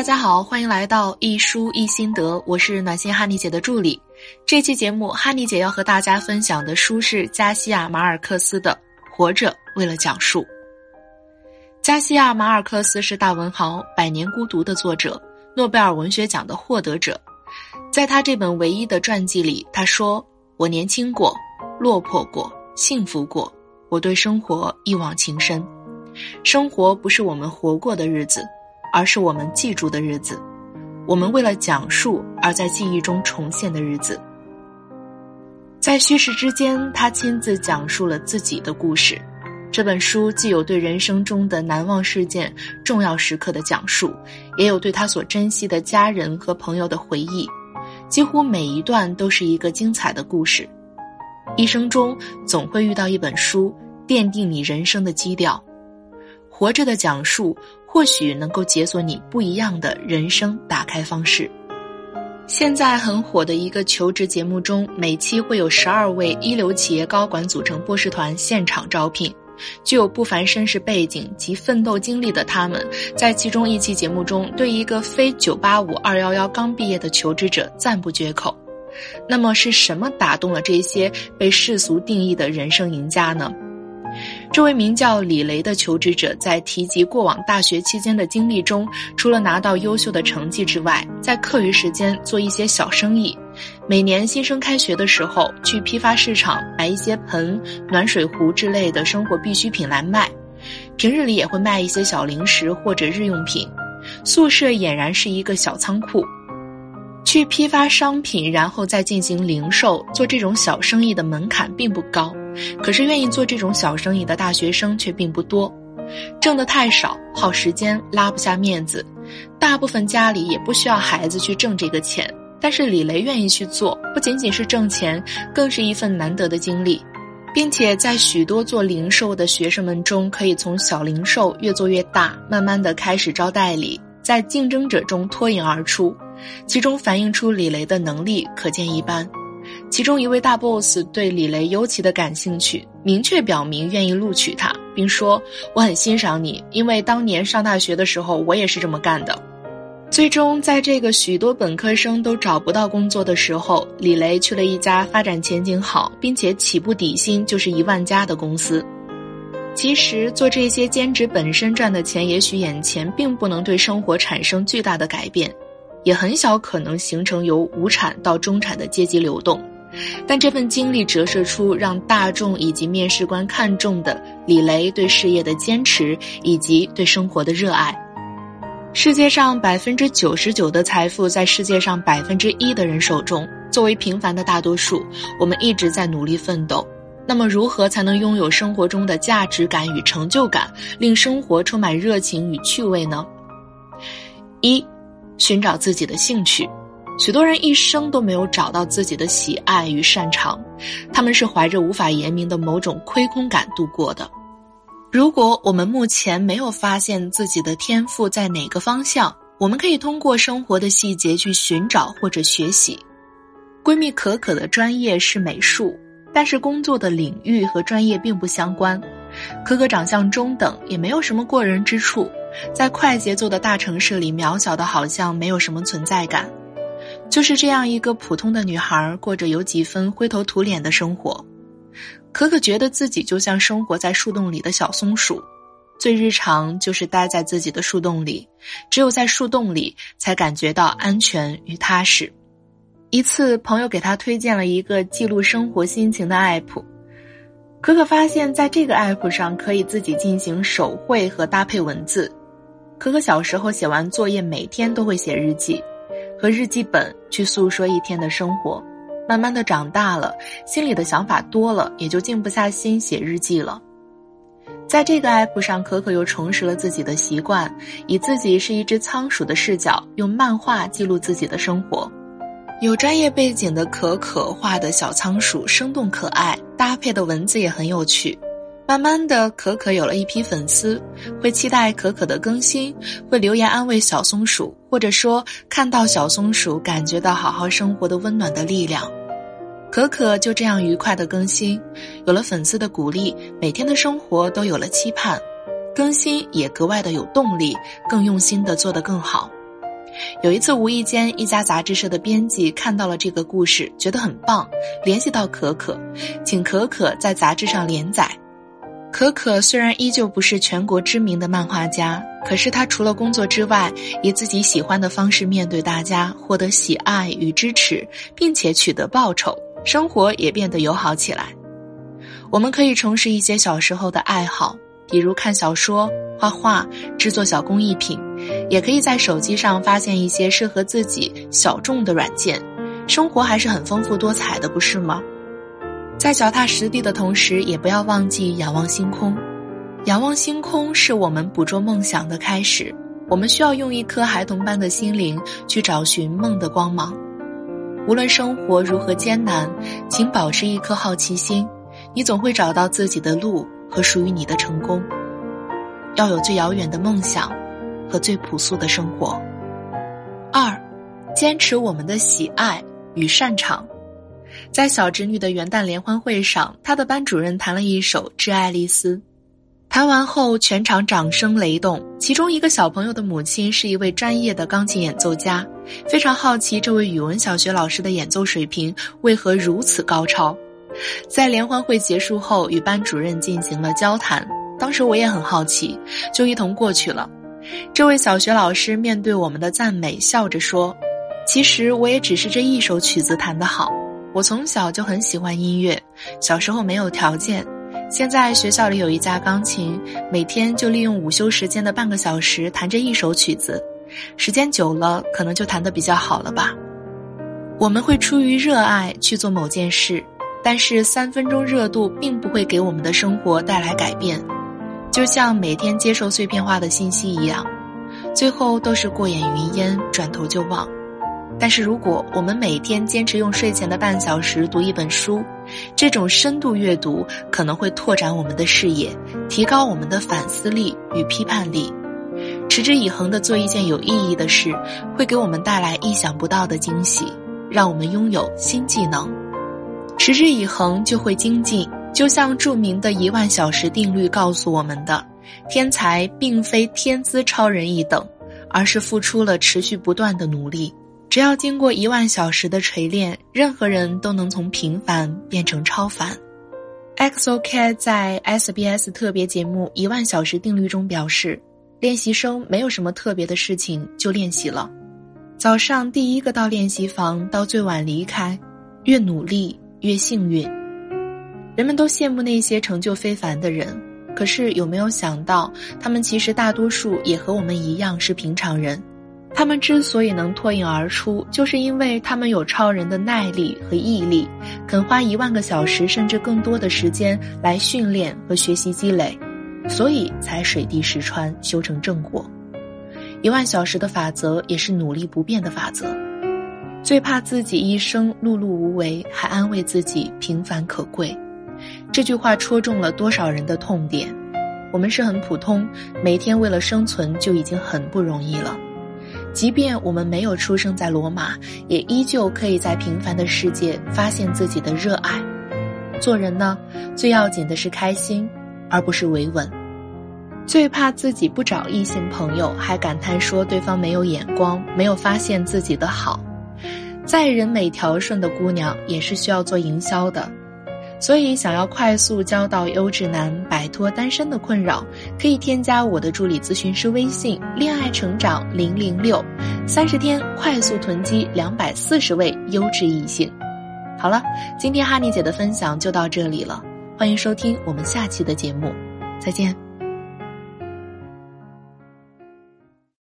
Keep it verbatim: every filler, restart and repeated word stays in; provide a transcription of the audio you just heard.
大家好，欢迎来到一书一心得，我是暖心哈尼姐的助理。这期节目哈尼姐要和大家分享的书是加西亚马尔克斯的《活着为了讲述》。加西亚马尔克斯是大文豪《百年孤独》的作者，诺贝尔文学奖的获得者。在他这本唯一的传记里，他说：我年轻过，落魄过，幸福过，我对生活一往情深。生活不是我们活过的日子，而是我们记住的日子，我们为了讲述而在记忆中重现的日子。在虚实之间，他亲自讲述了自己的故事。这本书既有对人生中的难忘事件、重要时刻的讲述，也有对他所珍惜的家人和朋友的回忆，几乎每一段都是一个精彩的故事。一生中总会遇到一本书，奠定你人生的基调。活着的讲述或许能够解锁你不一样的人生打开方式。现在很火的一个求职节目中，每期会有十二位一流企业高管组成博士团现场招聘。具有不凡身世背景及奋斗经历的他们，在其中一期节目中对一个非九八五二一一刚毕业的求职者赞不绝口。那么是什么打动了这些被世俗定义的人生赢家呢？这位名叫李雷的求职者在提及过往大学期间的经历中，除了拿到优秀的成绩之外，在课余时间做一些小生意。每年新生开学的时候，去批发市场买一些盆、暖水壶之类的生活必需品来卖，平日里也会卖一些小零食或者日用品。宿舍俨然是一个小仓库。去批发商品然后再进行零售，做这种小生意的门槛并不高，可是愿意做这种小生意的大学生却并不多，挣得太少，耗时间，拉不下面子。大部分家里也不需要孩子去挣这个钱，但是李雷愿意去做，不仅仅是挣钱，更是一份难得的经历。并且在许多做零售的学生们中，可以从小零售越做越大，慢慢的开始招代理，在竞争者中脱颖而出，其中反映出李雷的能力可见一斑。其中一位大 boss 对李雷尤其的感兴趣，明确表明愿意录取他，并说：我很欣赏你，因为当年上大学的时候我也是这么干的。最终在这个许多本科生都找不到工作的时候，李雷去了一家发展前景好并且起步底薪就是一万加的公司。其实做这些兼职本身赚的钱，也许眼前并不能对生活产生巨大的改变，也很小可能形成由无产到中产的阶级流动，但这份经历折射出让大众以及面试官看重的李雷对事业的坚持以及对生活的热爱。世界上 百分之九十九 的财富在世界上 百分之一 的人手中，作为平凡的大多数，我们一直在努力奋斗。那么如何才能拥有生活中的价值感与成就感，令生活充满热情与趣味呢？一、寻找自己的兴趣。许多人一生都没有找到自己的喜爱与擅长，他们是怀着无法言明的某种亏空感度过的。如果我们目前没有发现自己的天赋在哪个方向，我们可以通过生活的细节去寻找或者学习。闺蜜可可的专业是美术，但是工作的领域和专业并不相关。可可长相中等，也没有什么过人之处，在快节奏的大城市里渺小的好像没有什么存在感。就是这样一个普通的女孩，过着有几分灰头土脸的生活。可可觉得自己就像生活在树洞里的小松鼠，最日常就是待在自己的树洞里，只有在树洞里才感觉到安全与踏实。一次朋友给她推荐了一个记录生活心情的 app， 可可发现在这个 app 上可以自己进行手绘和搭配文字。可可小时候写完作业每天都会写日记，和日记本去诉说一天的生活。慢慢的长大了，心里的想法多了，也就静不下心写日记了。在这个 app 上，可可又重拾了自己的习惯，以自己是一只仓鼠的视角，用漫画记录自己的生活。有专业背景的可可画的小仓鼠生动可爱，搭配的文字也很有趣。慢慢的，可可有了一批粉丝，会期待可可的更新，会留言安慰小松鼠，或者说看到小松鼠感觉到好好生活的温暖的力量。可可就这样愉快的更新，有了粉丝的鼓励，每天的生活都有了期盼，更新也格外的有动力，更用心的做得更好。 有一次无意间，一家杂志社的编辑看到了这个故事，觉得很棒，联系到可可，请可可在杂志上连载。可可虽然依旧不是全国知名的漫画家，可是他除了工作之外，以自己喜欢的方式面对大家，获得喜爱与支持，并且取得报酬，生活也变得友好起来。我们可以重拾一些小时候的爱好，比如看小说、画画、制作小工艺品，也可以在手机上发现一些适合自己小众的软件，生活还是很丰富多彩的，不是吗？在脚踏实地的同时，也不要忘记仰望星空。仰望星空是我们捕捉梦想的开始，我们需要用一颗孩童般的心灵去找寻梦的光芒。无论生活如何艰难，请保持一颗好奇心，你总会找到自己的路和属于你的成功。要有最遥远的梦想和最朴素的生活。二，坚持我们的喜爱与擅长。在小侄女的元旦联欢会上，她的班主任弹了一首《致爱丽丝》，弹完后全场掌声雷动。其中一个小朋友的母亲是一位专业的钢琴演奏家，非常好奇这位语文小学老师的演奏水平为何如此高超。在联欢会结束后，与班主任进行了交谈，当时我也很好奇，就一同过去了。这位小学老师面对我们的赞美，笑着说，其实我也只是这一首曲子弹得好，我从小就很喜欢音乐，小时候没有条件，现在学校里有一架钢琴，每天就利用午休时间的半个小时弹这一首曲子，时间久了可能就弹得比较好了吧。我们会出于热爱去做某件事，但是三分钟热度并不会给我们的生活带来改变，就像每天接受碎片化的信息一样，最后都是过眼云烟，转头就忘。但是如果我们每天坚持用睡前的半小时读一本书，这种深度阅读可能会拓展我们的视野，提高我们的反思力与批判力。持之以恒地做一件有意义的事，会给我们带来意想不到的惊喜，让我们拥有新技能。持之以恒就会精进，就像著名的一万小时定律告诉我们的，天才并非天资超人一等，而是付出了持续不断的努力。只要经过一万小时的锤炼，任何人都能从平凡变成超凡。 X O K 在 S B S 特别节目一万小时定律中表示，练习生没有什么特别的事情就练习了，早上第一个到练习房到最晚离开，越努力越幸运。人们都羡慕那些成就非凡的人，可是有没有想到，他们其实大多数也和我们一样是平常人。他们之所以能脱颖而出，就是因为他们有超人的耐力和毅力，肯花一万个小时甚至更多的时间来训练和学习积累，所以才水滴石穿，修成正果。一万小时的法则也是努力不变的法则。最怕自己一生碌碌无为，还安慰自己平凡可贵。这句话戳中了多少人的痛点。我们是很普通，每天为了生存就已经很不容易了。即便我们没有出生在罗马，也依旧可以在平凡的世界发现自己的热爱。做人呢，最要紧的是开心，而不是维稳。最怕自己不找异性朋友，还感叹说对方没有眼光，没有发现自己的好。再人美条顺的姑娘也是需要做营销的，所以想要快速交到优质男，摆脱单身的困扰，可以添加我的助理咨询师微信恋爱成长零零六，三十天快速囤积两百四十位优质异性。好了，今天哈尼姐的分享就到这里了，欢迎收听我们下期的节目，再见。